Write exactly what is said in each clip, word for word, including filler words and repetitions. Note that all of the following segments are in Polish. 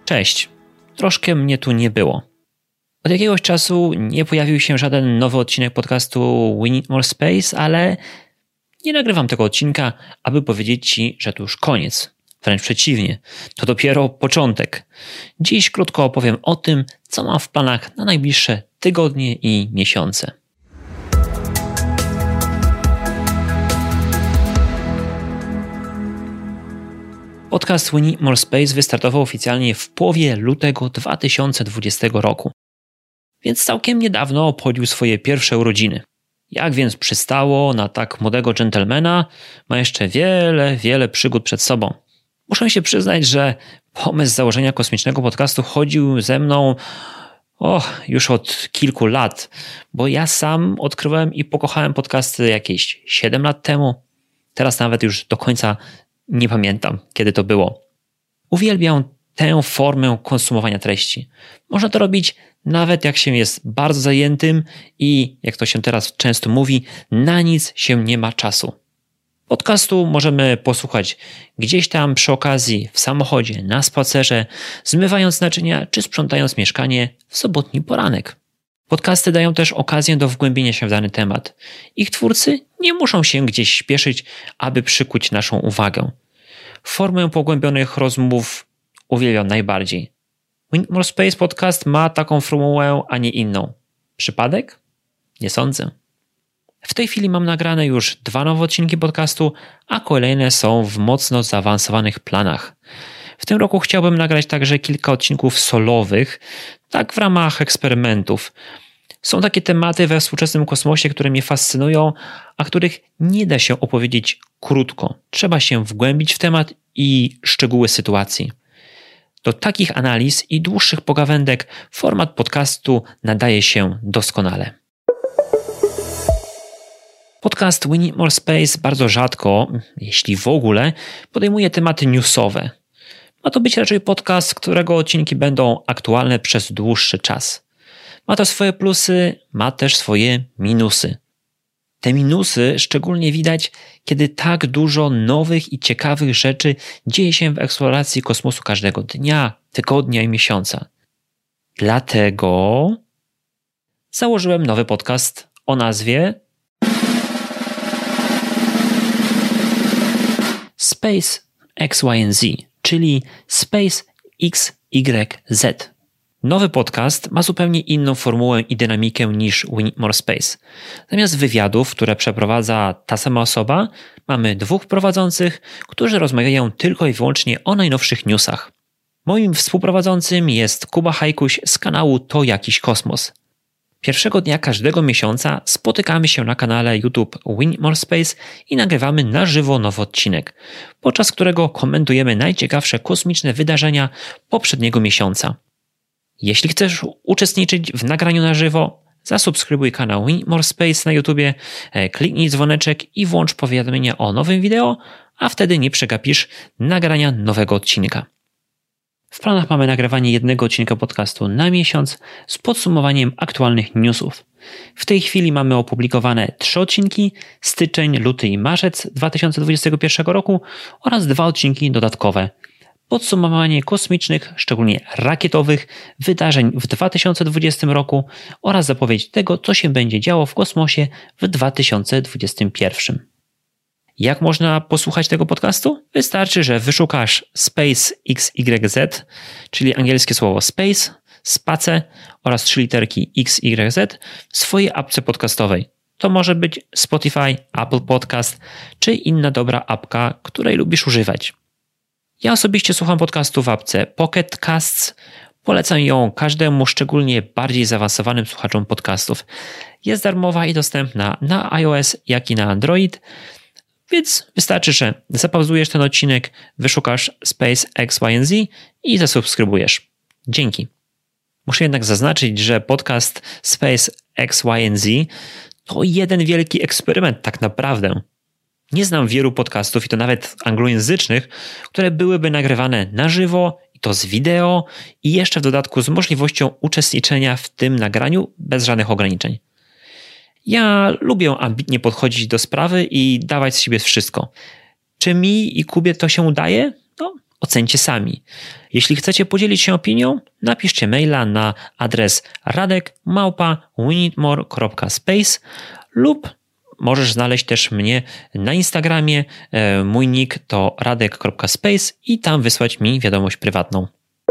Cześć, troszkę mnie tu nie było. Od jakiegoś czasu nie pojawił się żaden nowy odcinek podcastu We Need More Space, ale nie nagrywam tego odcinka, aby powiedzieć Ci, że to już koniec. Wręcz przeciwnie, to dopiero początek. Dziś krótko opowiem o tym, co mam w planach na najbliższe tygodnie i miesiące. Podcast We Need More Space wystartował oficjalnie w połowie lutego dwa tysiące dwudziestego roku, więc całkiem niedawno obchodził swoje pierwsze urodziny. Jak więc przystało na tak młodego dżentelmena, ma jeszcze wiele, wiele przygód przed sobą. Muszę się przyznać, że pomysł założenia kosmicznego podcastu chodził ze mną oh, już od kilku lat, bo ja sam odkryłem i pokochałem podcasty jakieś siedem lat temu. Teraz nawet już do końca nie pamiętam, kiedy to było. Uwielbiam tę formę konsumowania treści. Można to robić nawet jak się jest bardzo zajętym i, jak to się teraz często mówi, na nic się nie ma czasu. Podcastu możemy posłuchać gdzieś tam przy okazji, w samochodzie, na spacerze, zmywając naczynia czy sprzątając mieszkanie w sobotni poranek. Podcasty dają też okazję do wgłębienia się w dany temat. Ich twórcy nie muszą się gdzieś śpieszyć, aby przykuć naszą uwagę. Formę pogłębionych rozmów uwielbiam najbardziej. We Need More Space Podcast ma taką formułę, a nie inną. Przypadek? Nie sądzę. W tej chwili mam nagrane już dwa nowe odcinki podcastu, a kolejne są w mocno zaawansowanych planach. W tym roku chciałbym nagrać także kilka odcinków solowych, tak w ramach eksperymentów. Są takie tematy we współczesnym kosmosie, które mnie fascynują, a których nie da się opowiedzieć krótko. Trzeba się wgłębić w temat i szczegóły sytuacji. Do takich analiz i dłuższych pogawędek format podcastu nadaje się doskonale. Podcast We Need More Space bardzo rzadko, jeśli w ogóle, podejmuje tematy newsowe. Ma to być raczej podcast, którego odcinki będą aktualne przez dłuższy czas. Ma to swoje plusy, ma też swoje minusy. Te minusy szczególnie widać, kiedy tak dużo nowych i ciekawych rzeczy dzieje się w eksploracji kosmosu każdego dnia, tygodnia i miesiąca. Dlatego założyłem nowy podcast o nazwie Space X Y and Z, czyli Space X Y Z. Nowy podcast ma zupełnie inną formułę i dynamikę niż We Need More Space. Zamiast wywiadów, które przeprowadza ta sama osoba, mamy dwóch prowadzących, którzy rozmawiają tylko i wyłącznie o najnowszych newsach. Moim współprowadzącym jest Kuba Hajkuś z kanału To Jakiś Kosmos. Pierwszego dnia każdego miesiąca spotykamy się na kanale YouTube We Need More Space i nagrywamy na żywo nowy odcinek, podczas którego komentujemy najciekawsze kosmiczne wydarzenia poprzedniego miesiąca. Jeśli chcesz uczestniczyć w nagraniu na żywo, zasubskrybuj kanał We Need More Space na YouTubie, kliknij dzwoneczek i włącz powiadomienia o nowym wideo, a wtedy nie przegapisz nagrania nowego odcinka. W planach mamy nagrywanie jednego odcinka podcastu na miesiąc z podsumowaniem aktualnych newsów. W tej chwili mamy opublikowane trzy odcinki, styczeń, luty i marzec dwa tysiące dwudziestego pierwszego roku oraz dwa odcinki dodatkowe. Podsumowanie kosmicznych, szczególnie rakietowych, wydarzeń w dwa tysiące dwudziestym roku oraz zapowiedź tego, co się będzie działo w kosmosie w dwa tysiące dwudziestym pierwszym. Jak można posłuchać tego podcastu? Wystarczy, że wyszukasz Space X Y Z, czyli angielskie słowo Space, space oraz trzy literki X Y Z w swojej apce podcastowej. To może być Spotify, Apple Podcast czy inna dobra apka, której lubisz używać. Ja osobiście słucham podcastu w apce Pocket Casts. Polecam ją każdemu, szczególnie bardziej zaawansowanym słuchaczom podcastów. Jest darmowa i dostępna na iOS, jak i na Android. Więc wystarczy, że zapauzujesz ten odcinek, wyszukasz Space X Y and Z i zasubskrybujesz. Dzięki. Muszę jednak zaznaczyć, że podcast Space X Y and Z to jeden wielki eksperyment tak naprawdę. Nie znam wielu podcastów, i to nawet anglojęzycznych, które byłyby nagrywane na żywo, i to z wideo, i jeszcze w dodatku z możliwością uczestniczenia w tym nagraniu bez żadnych ograniczeń. Ja lubię ambitnie podchodzić do sprawy i dawać z siebie wszystko. Czy mi i Kubie to się udaje? No, ocencie sami. Jeśli chcecie podzielić się opinią, napiszcie maila na adres radek małpa we need more kropka space lub możesz znaleźć też mnie na Instagramie. Mój nick to radek kropka space i tam wysłać mi wiadomość prywatną.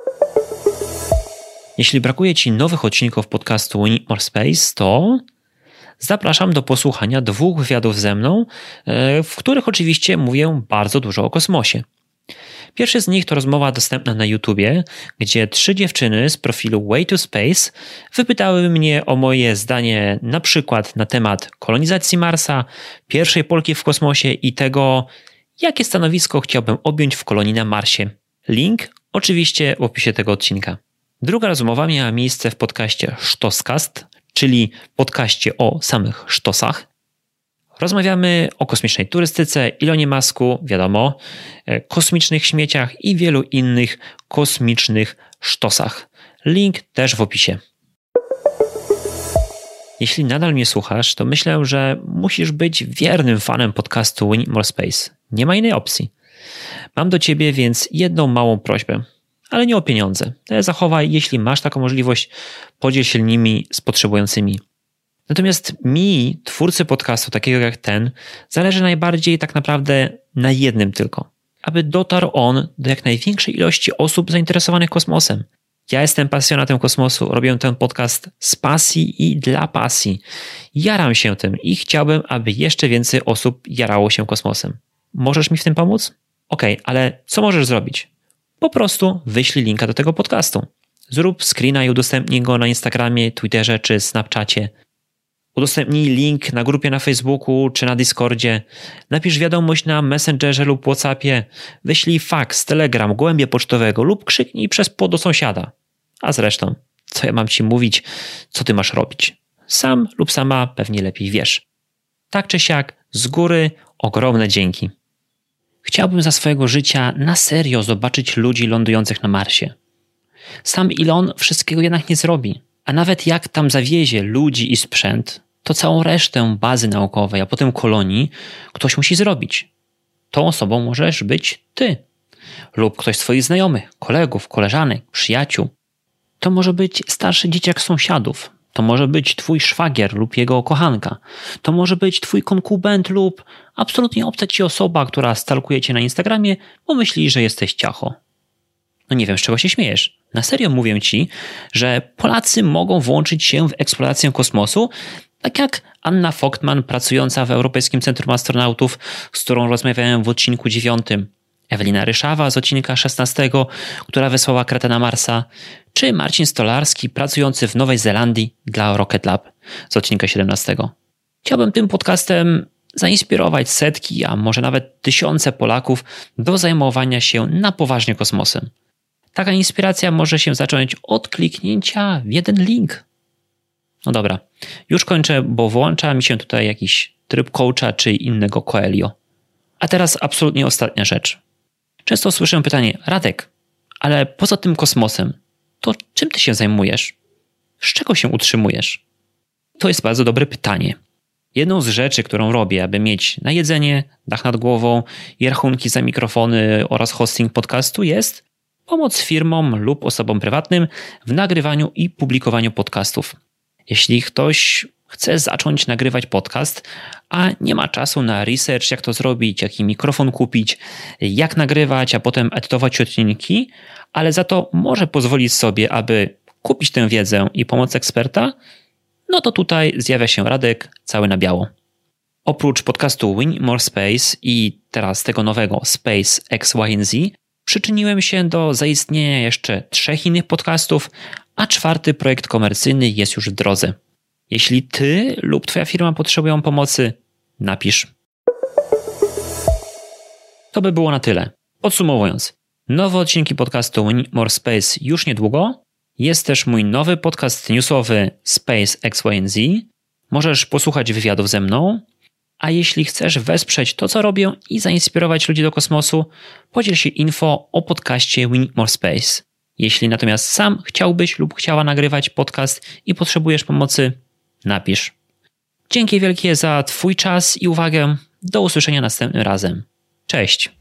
Jeśli brakuje Ci nowych odcinków podcastu We Need More Space, to zapraszam do posłuchania dwóch wywiadów ze mną, w których oczywiście mówię bardzo dużo o kosmosie. Pierwszy z nich to rozmowa dostępna na YouTubie, gdzie trzy dziewczyny z profilu Way to Space wypytały mnie o moje zdanie na przykład na temat kolonizacji Marsa, pierwszej Polki w kosmosie i tego, jakie stanowisko chciałbym objąć w kolonii na Marsie. Link oczywiście w opisie tego odcinka. Druga rozmowa miała miejsce w podcaście Sztoscast, czyli podcaście o samych sztosach. Rozmawiamy o kosmicznej turystyce, Elonie Musku, wiadomo, kosmicznych śmieciach i wielu innych kosmicznych sztosach. Link też w opisie. Jeśli nadal mnie słuchasz, to myślę, że musisz być wiernym fanem podcastu We Need More Space. Nie ma innej opcji. Mam do Ciebie więc jedną małą prośbę, ale nie o pieniądze. Te zachowaj, jeśli masz taką możliwość, podziel się nimi z potrzebującymi. Natomiast mi, twórcy podcastu takiego jak ten, zależy najbardziej tak naprawdę na jednym tylko. Aby dotarł on do jak największej ilości osób zainteresowanych kosmosem. Ja jestem pasjonatem kosmosu, robię ten podcast z pasji i dla pasji. Jaram się tym i chciałbym, aby jeszcze więcej osób jarało się kosmosem. Możesz mi w tym pomóc? Okej, okay, ale co możesz zrobić? Po prostu wyślij linka do tego podcastu. Zrób screena i udostępnij go na Instagramie, Twitterze czy Snapchacie. Udostępnij link na grupie na Facebooku czy na Discordzie. Napisz wiadomość na Messengerze lub WhatsAppie. Wyślij fax, telegram, gołębie pocztowego lub krzyknij przez płot do sąsiada. A zresztą, co ja mam Ci mówić, co Ty masz robić? Sam lub sama pewnie lepiej wiesz. Tak czy siak, z góry ogromne dzięki. Chciałbym za swojego życia na serio zobaczyć ludzi lądujących na Marsie. Sam Elon wszystkiego jednak nie zrobi. A nawet jak tam zawiezie ludzi i sprzęt, to całą resztę bazy naukowej, a potem kolonii ktoś musi zrobić. Tą osobą możesz być Ty lub ktoś z Twoich znajomych, kolegów, koleżanek, przyjaciół. To może być starszy dzieciak sąsiadów. To może być Twój szwagier lub jego kochanka. To może być Twój konkubent lub absolutnie obca Ci osoba, która stalkuje Cię na Instagramie, bo myśli, że jesteś ciacho. No nie wiem, z czego się śmiejesz. Na serio mówię Ci, że Polacy mogą włączyć się w eksplorację kosmosu, tak jak Anna Vogtman, pracująca w Europejskim Centrum Astronautów, z którą rozmawiałem w odcinku dziewiątym, Ewelina Ryszawa z odcinka szesnastego, która wysłała kratę na Marsa, czy Marcin Stolarski, pracujący w Nowej Zelandii dla Rocket Lab z odcinka siedemnastego. Chciałbym tym podcastem zainspirować setki, a może nawet tysiące Polaków do zajmowania się na poważnie kosmosem. Taka inspiracja może się zacząć od kliknięcia w jeden link. No dobra, już kończę, bo włącza mi się tutaj jakiś tryb coacha czy innego Coelho. A teraz absolutnie ostatnia rzecz. Często słyszę pytanie: Radek, ale poza tym kosmosem, to czym ty się zajmujesz? Z czego się utrzymujesz? To jest bardzo dobre pytanie. Jedną z rzeczy, którą robię, aby mieć na jedzenie, dach nad głową i rachunki za mikrofony oraz hosting podcastu, jest pomoc firmom lub osobom prywatnym w nagrywaniu i publikowaniu podcastów. Jeśli ktoś chce zacząć nagrywać podcast, a nie ma czasu na research, jak to zrobić, jaki mikrofon kupić, jak nagrywać, a potem edytować odcinki, ale za to może pozwolić sobie, aby kupić tę wiedzę i pomoc eksperta, no to tutaj zjawia się Radek cały na biało. Oprócz podcastu We Need More Space i teraz tego nowego Space X Y Z, przyczyniłem się do zaistnienia jeszcze trzech innych podcastów, a czwarty projekt komercyjny jest już w drodze. Jeśli ty lub twoja firma potrzebują pomocy, napisz. To by było na tyle. Podsumowując, nowe odcinki podcastu We Need More Space już niedługo. Jest też mój nowy podcast newsowy Space X Y Z. Możesz posłuchać wywiadów ze mną. A jeśli chcesz wesprzeć to, co robię i zainspirować ludzi do kosmosu, podziel się info o podcaście We Need More Space. Jeśli natomiast sam chciałbyś lub chciała nagrywać podcast i potrzebujesz pomocy, napisz. Dzięki wielkie za twój czas i uwagę. Do usłyszenia następnym razem. Cześć!